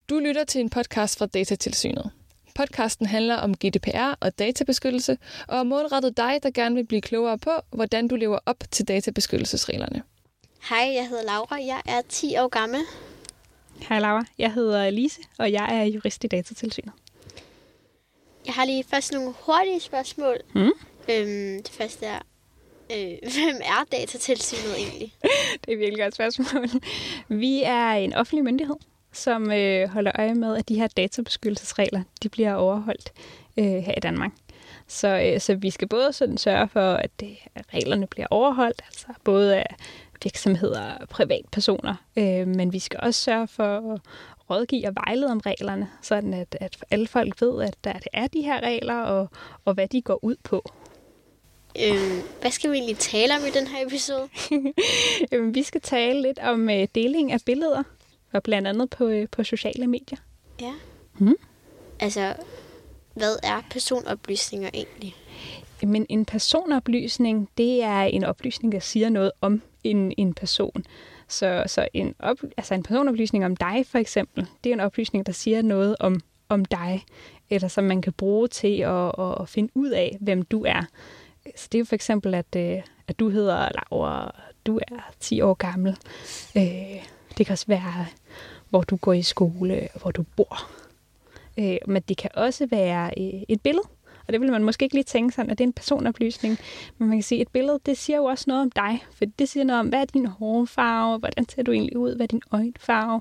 Du lytter til en podcast fra Datatilsynet. Podcasten handler om GDPR og databeskyttelse, og er målrettet dig, der gerne vil blive klogere på, hvordan du lever op til databeskyttelsesreglerne. Hej, jeg hedder Laura. Jeg er 10 år gammel. Hej Laura, jeg hedder Lise, og jeg er jurist i Datatilsynet. Jeg har lige først nogle hurtige spørgsmål. Det første er, hvem er Datatilsynet egentlig? Det er et virkelig godt spørgsmål. Vi er en offentlig myndighed, som holder øje med, at de her databeskyttelsesregler, de bliver overholdt her i Danmark. Så vi skal både sådan sørge for, at reglerne bliver overholdt, altså både af virksomheder og privatpersoner, men vi skal også sørge for at rådgive og vejlede om reglerne, sådan at alle folk ved, at der er de her regler, og hvad de går ud på. Hvad skal vi egentlig tale om i den her episode? Vi skal tale lidt om deling af billeder, og blandt andet på sociale medier. Ja. Altså, hvad er personoplysninger egentlig? Men en personoplysning, det er en oplysning, der siger noget om en person. Så en personoplysning om dig, for eksempel, det er en oplysning, der siger noget om dig, eller som man kan bruge til at finde ud af, hvem du er. Så det er jo for eksempel, at du hedder Laura, du er 10 år gammel. Det kan også være, hvor du går i skole, og hvor du bor. Men det kan også være et billede. Og det vil man måske ikke lige tænke sådan, at det er en personoplysning. Men man kan sige, at et billede, det siger jo også noget om dig. For det siger noget om, hvad er din hårfarve? Hvordan ser du egentlig ud? Hvad er din øjenfarve?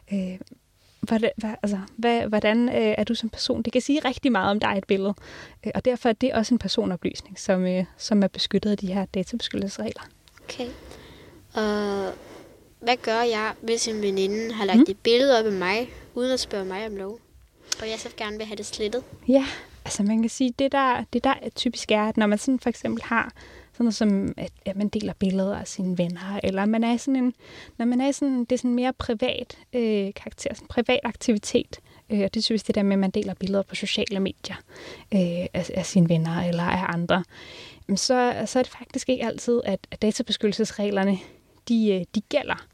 Hvordan er du som person? Det kan sige rigtig meget om dig, et billede. Og derfor er det også en personoplysning, som er beskyttet af de her databeskyttelsesregler. Okay. Og hvad gør jeg, hvis en veninde har lagt et billede op af mig, uden at spørge mig om lov? Og jeg så gerne vil have det slettet? Ja, altså man kan sige, det der typisk er, at når man sådan for eksempel har sådan noget som, at man deler billeder af sine venner, eller man er sådan det er sådan mere privat karakter, sådan privat aktivitet. Og det er typisk det der med, at man deler billeder på sociale medier af sine venner eller af andre. Så er det faktisk ikke altid, at databeskyttelsesreglerne, de gælder.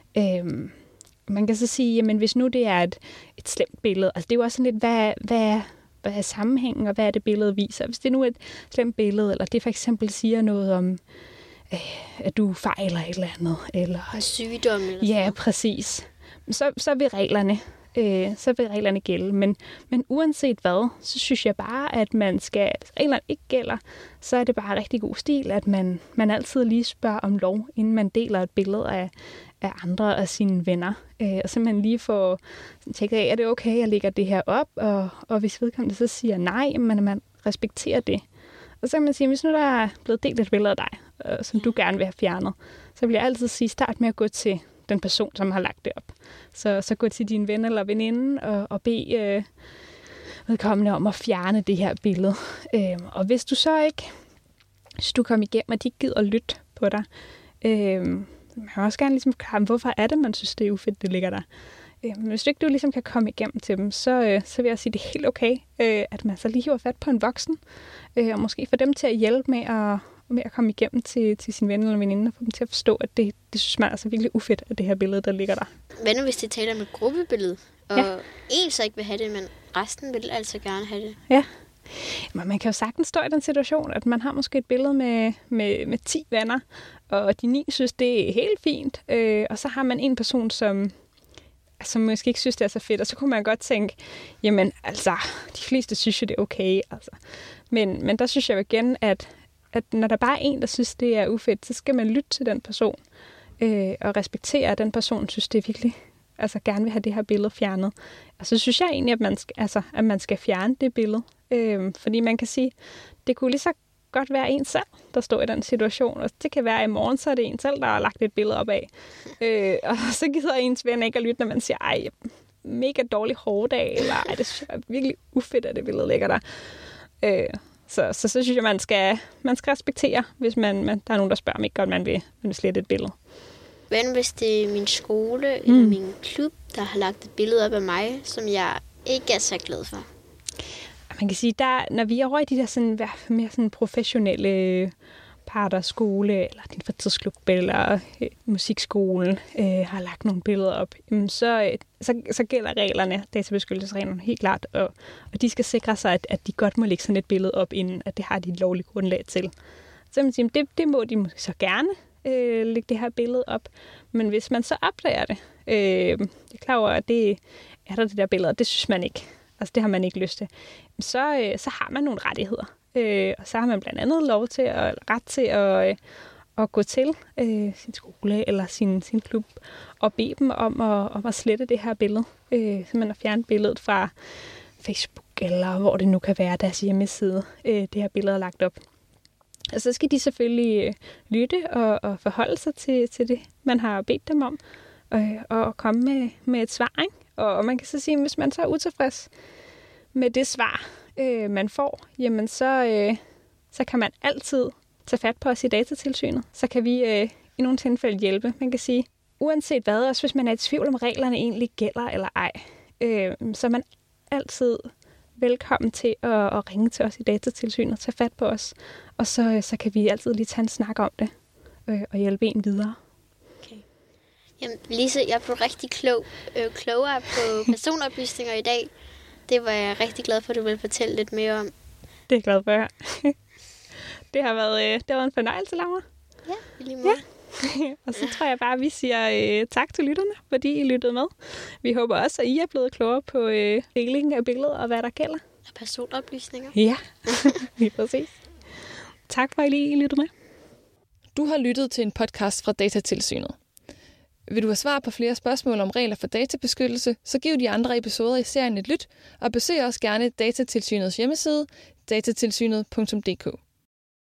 Man kan så sige, jamen hvis nu det er et slemt billede, altså det er jo også sådan lidt, hvad er sammenhængen, og hvad er det billede viser. Hvis det nu er et slemt billede, eller det for eksempel siger noget om, at du fejler et eller andet. Eller sygdom. Eller ja, præcis. Så vil reglerne gælde. Men uanset hvad, så synes jeg bare, at hvis reglerne ikke gælder, så er det bare rigtig god stil, at man altid lige spørger om lov, inden man deler et billede af andre af sine venner. Og så man lige får tjekket af, er det okay, jeg lægger det her op? Og hvis vedkommende så siger nej, men man respekterer det. Og så kan man sige, hvis nu der er blevet delt et billede af dig, som du gerne vil have fjernet, så vil jeg altid sige, start med at gå til den person, som har lagt det op. Så gå til din ven eller veninde og bede vedkommende om at fjerne det her billede. Og hvis du kommer igennem, og de gider lytte på dig, man kan også gerne ligesom forklare, hvorfor er det, man synes, det er ufedt, det ligger der. Men hvis du ligesom kan komme igennem til dem, så vil jeg sige, det er helt okay, at man så lige hiver fat på en voksen, og måske få dem til at hjælpe med at komme igennem til sin ven eller veninde, og få dem til at forstå, at det synes man altså virkelig ufedt, at det her billede, der ligger der. Hvad nu, hvis det taler om et gruppebillede, og en så ikke vil have det, men resten vil altså gerne have det? Ja. Men man kan jo sagtens stå i den situation, at man har måske et billede med 10 venner, og de 9 synes, det er helt fint, og så har man en person, som måske ikke synes, det er så fedt, og så kunne man godt tænke, jamen altså, de fleste synes jo, det er okay. Altså. Men der synes jeg jo igen, at når der bare er en, der synes, det er ufedt, så skal man lytte til den person, og respektere, at den person synes, det er virkelig, altså gerne vil have det her billede fjernet. Og så synes jeg egentlig, at man skal fjerne det billede. Fordi man kan sige, det kunne lige så godt være en selv, der står i den situation. Og det kan være, at i morgen, så er det en selv, der har lagt et billede op af. Og så gider ens ven ikke at lytte, når man siger, ej, mega dårlig hårdag, eller ej, det synes jeg er virkelig ufedt, at det billede ligger der. Så synes jeg, man skal respektere, hvis der er nogen, der spørger, om ikke godt man vil slette et billede. Hvad hvis det er min skole eller min klub, der har lagt et billede op af mig, som jeg ikke er så glad for? Man kan sige, når vi er over i de der sådan, mere sådan professionelle parters skole, eller din fritidsklub, eller musikskolen har lagt nogle billeder op, så gælder reglerne, databeskyttelsesreglerne helt klart, og de skal sikre sig, at de godt må lægge sådan et billede op, inden at det har de lovlige grundlag til. Så man siger, det må de så gerne lægge det her billede op, men hvis man så opdager det, jeg er klar over, at det er der det der billede, det synes man ikke, altså det har man ikke lyst til, så har man nogle rettigheder. Og så har man blandt andet ret til at gå til sin skole eller sin klub og bede dem om at slette det her billede. Simpelthen at fjerne billedet fra Facebook eller hvor det nu kan være, deres hjemmeside, det her billede er lagt op. Og så skal de selvfølgelig lytte og forholde sig til det, man har bedt dem om, og komme med et svar. Ikke? Og man kan så sige, at hvis man så er utilfreds med det svar, man får, jamen så kan man altid tage fat på os i Datatilsynet. Så kan vi i nogle tilfælde hjælpe. Man kan sige, uanset hvad, også hvis man er i tvivl om reglerne egentlig gælder eller ej, så er man altid velkommen til at ringe til os i Datatilsynet og tage fat på os. Og så kan vi altid lige tage en snak om det og hjælpe en videre. Okay. Jamen, Lise, jeg blev rigtig klogere på personoplysninger i dag. Det var jeg rigtig glad for, at du ville fortælle lidt mere om. Det er jeg glad for at høre. Det har været en fornøjelse, Laura. Ja, i lige måde. Ja. Og så tror jeg bare, at vi siger tak til lytterne, fordi I lyttede med. Vi håber også, at I er blevet klogere på deling af billeder og hvad der gælder. Og personoplysninger. Ja, lige præcis. Tak for, at I lyttede med. Du har lyttet til en podcast fra Datatilsynet. Vil du have svar på flere spørgsmål om regler for databeskyttelse, så giv de andre episoder i serien et lyt, og besøg også gerne Datatilsynets hjemmeside, datatilsynet.dk.